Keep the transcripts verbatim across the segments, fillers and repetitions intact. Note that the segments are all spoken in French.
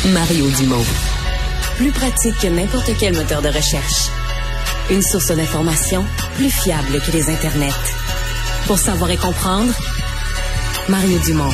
Mario Dumont. Plus pratique que n'importe quel moteur de recherche. Une source d'information plus fiable que les internets. Pour savoir et comprendre, Mario Dumont.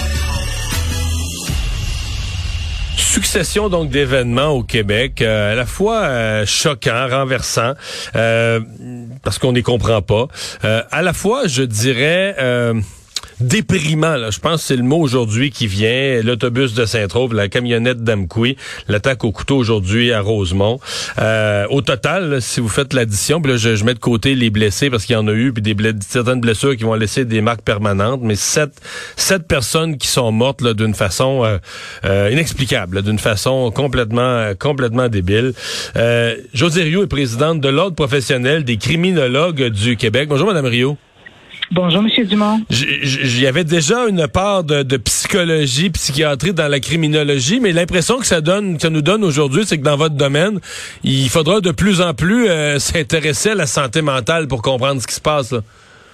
Succession donc d'événements au Québec, euh, à la fois euh, choquants, renversants, euh, parce qu'on ne les comprend pas, euh, à la fois, je dirais... Euh, déprimant, là. Je pense que c'est le mot aujourd'hui qui vient. L'autobus de Saint-Tropez, la camionnette d'Amqui, l'attaque au couteau aujourd'hui à Rosemont. Euh, au total, là, si vous faites l'addition, puis là, je, je mets de côté les blessés parce qu'il y en a eu, puis des ble- certaines blessures qui vont laisser des marques permanentes, mais sept, sept personnes qui sont mortes là, d'une façon euh, euh, inexplicable, là, d'une façon complètement, euh, complètement débile. Euh, Josée Rioux est présidente de l'Ordre professionnel des criminologues du Québec. Bonjour, Madame Rioux. Bonjour, Monsieur Dumont. Il y avait déjà une part de, de psychologie, psychiatrie dans la criminologie, mais l'impression que ça donne, que ça nous donne aujourd'hui, c'est que dans votre domaine, il faudra de plus en plus euh, s'intéresser à la santé mentale pour comprendre ce qui se passe, là.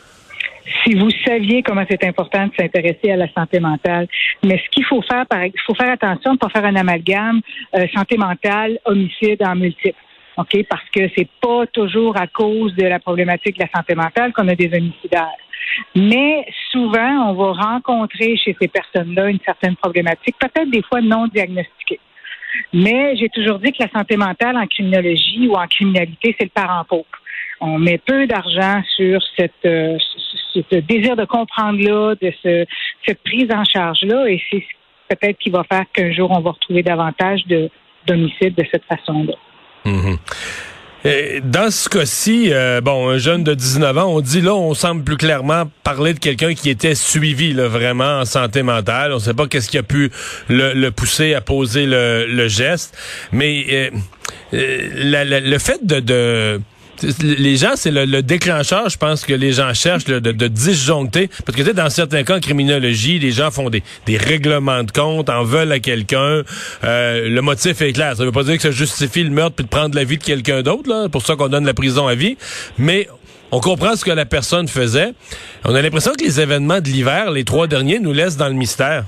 Si vous saviez comment c'est important de s'intéresser à la santé mentale, mais ce qu'il faut faire, il faut faire attention de ne pas faire un amalgame euh, santé mentale, homicide en multiple. OK? Parce que c'est pas toujours à cause de la problématique de la santé mentale qu'on a des homicidaires. Mais souvent, on va rencontrer chez ces personnes-là une certaine problématique, peut-être des fois non diagnostiquée. Mais j'ai toujours dit que la santé mentale en criminologie ou en criminalité, c'est le parent pauvre. On met peu d'argent sur cette, euh, ce désir de comprendre-là, de ce, cette prise en charge-là, et c'est peut-être qui va faire qu'un jour, on va retrouver davantage de, d'homicides de cette façon-là. Mmh. Et dans ce cas-ci, euh, bon, un jeune de dix-neuf ans, on dit là, on semble plus clairement parler de quelqu'un qui était suivi là, vraiment en santé mentale. On ne sait pas qu'est-ce qui a pu le, le pousser à poser le, le geste, mais euh, euh, la, la, le fait de, de les gens, c'est le, le déclencheur, je pense, que les gens cherchent là, de, de disjoncter. Parce que tu sais, dans certains cas en criminologie, les gens font des, des règlements de compte, en veulent à quelqu'un. Euh, le motif est clair. Ça veut pas dire que ça justifie le meurtre puis de prendre la vie de quelqu'un d'autre. Là, pour ça qu'on donne la prison à vie. Mais on comprend ce que la personne faisait. On a l'impression que les événements de l'hiver, les trois derniers, nous laissent dans le mystère.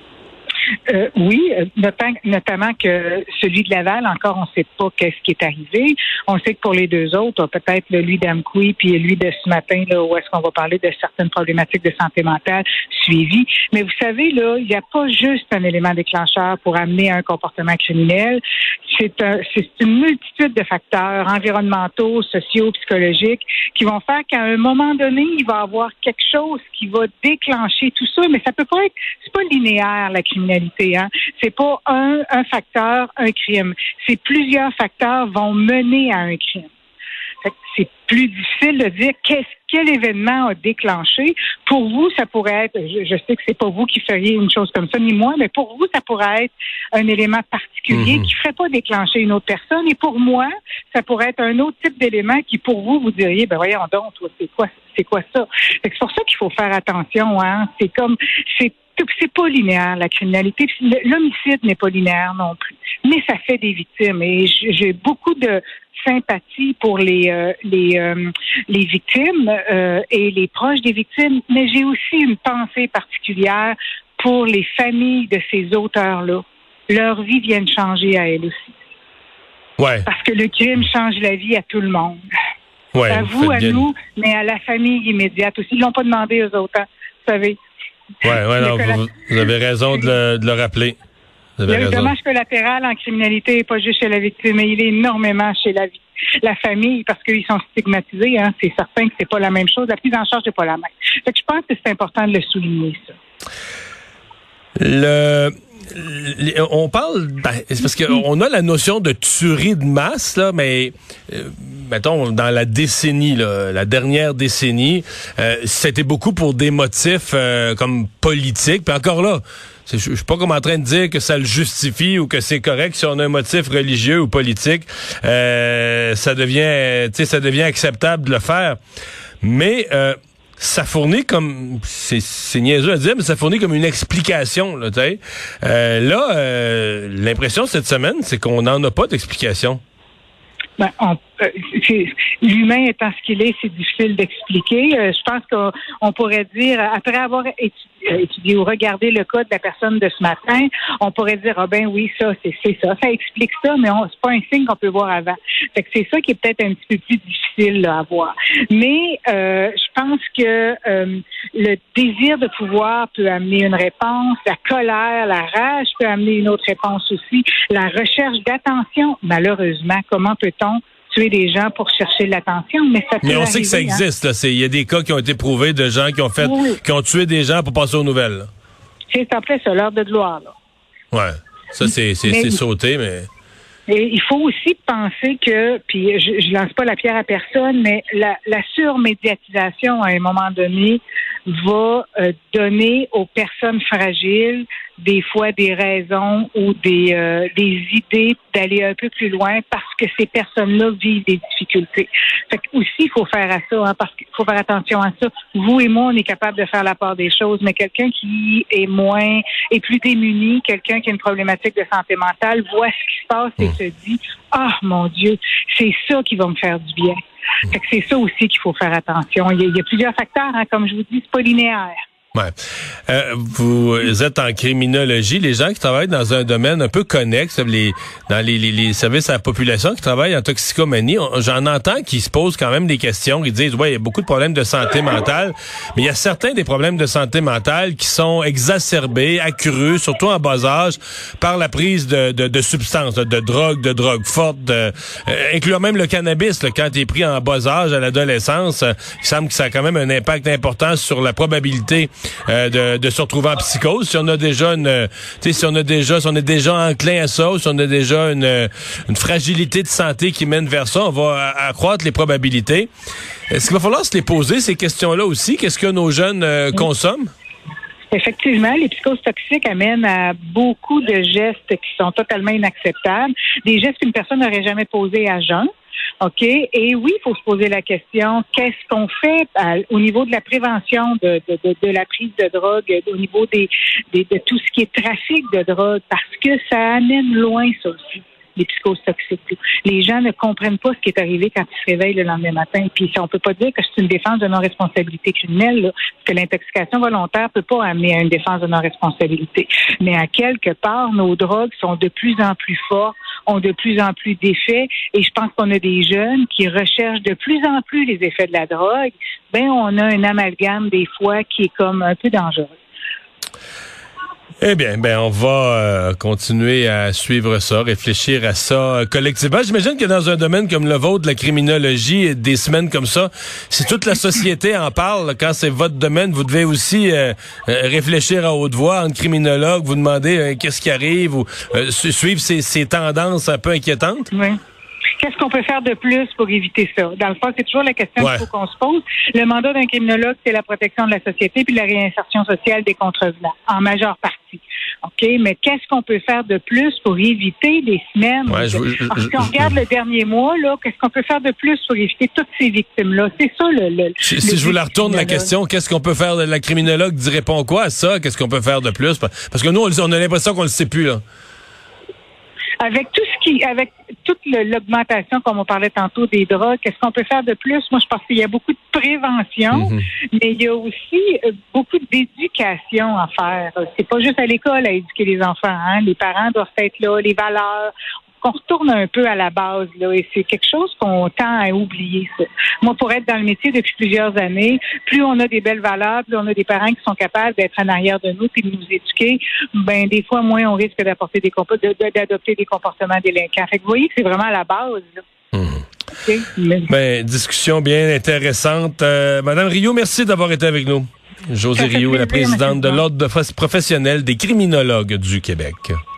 Euh, oui, notamment, notamment que celui de Laval, encore, on ne sait pas qu'est-ce qui est arrivé. On sait que pour les deux autres, peut-être lui d'Amqui puis lui de ce matin, là, où est-ce qu'on va parler de certaines problématiques de santé mentale suivies. Mais vous savez, là, il n'y a pas juste un élément déclencheur pour amener à un comportement criminel. C'est, un, c'est une multitude de facteurs environnementaux, sociaux, psychologiques qui vont faire qu'à un moment donné, il va y avoir quelque chose qui va déclencher tout ça. Mais ça peut pas être, c'est pas linéaire, la criminalité. Hein. C'est pas un, un facteur, un crime. C'est plusieurs facteurs vont mener à un crime. Fait que c'est plus difficile de dire qu'est-ce, quel événement a déclenché. Pour vous, ça pourrait être, je, je sais que c'est pas vous qui feriez une chose comme ça, ni moi, mais pour vous, ça pourrait être un élément particulier mmh. qui ferait pas déclencher une autre personne. Et pour moi, ça pourrait être un autre type d'élément qui, pour vous, vous diriez, ben voyons donc, toi, c'est quoi, c'est quoi ça? Fait que c'est pour ça qu'il faut faire attention, hein. C'est comme, c'est c'est pas linéaire, la criminalité. L'homicide n'est pas linéaire non plus. Mais ça fait des victimes. Et j'ai beaucoup de sympathie pour les euh, les euh, les victimes euh, et les proches des victimes, mais j'ai aussi une pensée particulière pour les familles de ces auteurs-là. Leur vie vient de changer à elles aussi. Ouais. Parce que le crime change la vie à tout le monde. Ouais, à vous, à bien. nous, mais à la famille immédiate aussi. Ils l'ont pas demandé aux autres, vous savez. Oui, ouais, non, vous, vous avez raison de le, de le rappeler. Vous avez le raison. dommage collatéral en criminalité n'est pas juste chez la victime, mais il est énormément chez la, la famille parce qu'ils sont stigmatisés. Hein. C'est certain que c'est pas la même chose. La prise en charge n'est pas la même. Fait que je pense que c'est important de le souligner, ça. Le... On parle, ben, c'est parce qu'on a la notion de tuerie de masse, là, mais euh, mettons, dans la décennie, là, la dernière décennie, euh, c'était beaucoup pour des motifs euh, comme politiques. Puis encore là, je suis pas comme en train de dire que ça le justifie ou que c'est correct si on a un motif religieux ou politique. Euh, ça devient, tu sais, ça devient acceptable de le faire. Mais euh, ça fournit comme, c'est, c'est niaiseux à dire, mais ça fournit comme une explication, là, tu sais. Euh, là, euh, l'impression cette semaine, c'est qu'on n'en a pas d'explication. Ben, on, euh, c'est, l'humain étant ce qu'il est, c'est difficile d'expliquer. Euh, je pense qu'on on pourrait dire, après avoir étudié, étudié ou regardé le cas de la personne de ce matin, on pourrait dire, ah ben oui, ça, c'est, c'est ça, ça explique ça, mais on, c'est pas un signe qu'on peut voir avant. Fait que c'est ça qui est peut-être un petit peu plus difficile là, à voir. Mais euh, je pense que euh, le désir de pouvoir peut amener une réponse, la colère, la rage peut amener une autre réponse aussi, la recherche d'attention. Malheureusement, comment peut-on tuer des gens pour chercher de l'attention? Mais ça peut Mais on arriver, sait que ça existe. Hein? Il y a des cas qui ont été prouvés de gens qui ont fait, oui. qui ont tué des gens pour passer aux nouvelles. Là. C'est en fait ça, l'heure de gloire. Là. Ouais, ça c'est, c'est, c'est sauté, mais... Et il faut aussi penser que, puis je, je lance pas la pierre à personne, mais la, la surmédiatisation à un moment donné va euh, donner aux personnes fragiles des fois des raisons ou des euh, des idées d'aller un peu plus loin parce que ces personnes-là vivent des difficultés. Fait que aussi il faut faire à ça, hein, parce qu'il faut faire attention à ça. Vous et moi, on est capable de faire la part des choses, mais quelqu'un qui est moins, est plus démuni, quelqu'un qui a une problématique de santé mentale, voit ce qui se passe et se dit, ah mon Dieu, c'est ça qui va me faire du bien. Fait que c'est ça aussi qu'il faut faire attention. Il y a, il y a plusieurs facteurs, hein, comme je vous dis, c'est pas linéaire. Ouais. Euh, vous êtes en criminologie. Les gens qui travaillent dans un domaine un peu connexe, les, dans les, les, les services à la population qui travaillent en toxicomanie, on, j'en entends qui se posent quand même des questions. Ils disent, ouais, il y a beaucoup de problèmes de santé mentale, mais il y a certains des problèmes de santé mentale qui sont exacerbés, accrus, surtout en bas âge, par la prise de, de, de substances, de, de drogues, de drogues fortes, de, euh, incluant même le cannabis. Là, quand il est pris en bas âge à l'adolescence, euh, il semble que ça a quand même un impact important sur la probabilité Euh, de, de se retrouver en psychose. Si on a déjà une, tu sais, si on a déjà, si on est déjà enclin à ça, ou si on a déjà une, une fragilité de santé qui mène vers ça, on va accroître les probabilités. Est-ce qu'il va falloir se les poser, ces questions-là aussi? Qu'est-ce que nos jeunes euh, consomment? Effectivement, les psychoses toxiques amènent à beaucoup de gestes qui sont totalement inacceptables, des gestes qu'une personne n'aurait jamais posés à jeun. OK? Et oui, il faut se poser la question, qu'est-ce qu'on fait à, au niveau de la prévention de, de, de, de la prise de drogue, au niveau des, des, de tout ce qui est trafic de drogue, parce que ça amène loin, ça aussi, les psychoses toxiques. Les gens ne comprennent pas ce qui est arrivé quand ils se réveillent le lendemain matin. Puis on peut pas dire que c'est une défense de non-responsabilité criminelle, là, parce que l'intoxication volontaire peut pas amener à une défense de non-responsabilité. Mais à quelque part, nos drogues sont de plus en plus fortes, ont de plus en plus d'effets, et je pense qu'on a des jeunes qui recherchent de plus en plus les effets de la drogue. Ben, on a un amalgame des fois qui est comme un peu dangereux. Eh bien, ben on va euh, continuer à suivre ça, réfléchir à ça euh, collectivement. J'imagine que dans un domaine comme le vôtre, la criminologie, des semaines comme ça, si toute la société en parle, quand c'est votre domaine, vous devez aussi euh, euh, réfléchir à haute voix, en criminologue, vous demander euh, qu'est-ce qui arrive, ou euh, suivre ces, ces tendances un peu inquiétantes. Oui. Qu'est-ce qu'on peut faire de plus pour éviter ça? Dans le fond, c'est toujours la question ouais. qu'il faut qu'on se pose. Le mandat d'un criminologue, c'est la protection de la société puis la réinsertion sociale des contrevenants, en majeure partie. OK? Mais qu'est-ce qu'on peut faire de plus pour éviter des semaines? Ouais, je, je, Alors, si je, on regarde je, le dernier mois, là, qu'est-ce qu'on peut faire de plus pour éviter toutes ces victimes-là? C'est ça le... le si le si je vous la retourne la question, qu'est-ce qu'on peut faire? La criminologue dit répond quoi à ça? Qu'est-ce qu'on peut faire de plus? Parce que nous, on, on a l'impression qu'on le sait plus, là. Avec tout ce qui, avec toute le, l'augmentation, comme on parlait tantôt, des drogues, qu'est-ce qu'on peut faire de plus? Moi, je pense qu'il y a beaucoup de prévention, mm-hmm. mais il y a aussi euh, beaucoup d'éducation à faire. C'est pas juste à l'école à éduquer les enfants, hein. Les parents doivent être là, les valeurs. Qu'on retourne un peu à la base, là, et c'est quelque chose qu'on tend à oublier, ça. Moi, pour être dans le métier depuis plusieurs années, plus on a des belles valeurs, plus on a des parents qui sont capables d'être en arrière de nous et de nous éduquer, ben, des fois, moins on risque d'apporter des comp- de, de, d'adopter des comportements délinquants. Fait que vous voyez que c'est vraiment à la base, là. Mmh. Okay? Mais... Ben, discussion bien intéressante. Euh, Madame Rioux, merci d'avoir été avec nous. Josée Rioux, la présidente de l'Ordre professionnel des criminologues du Québec.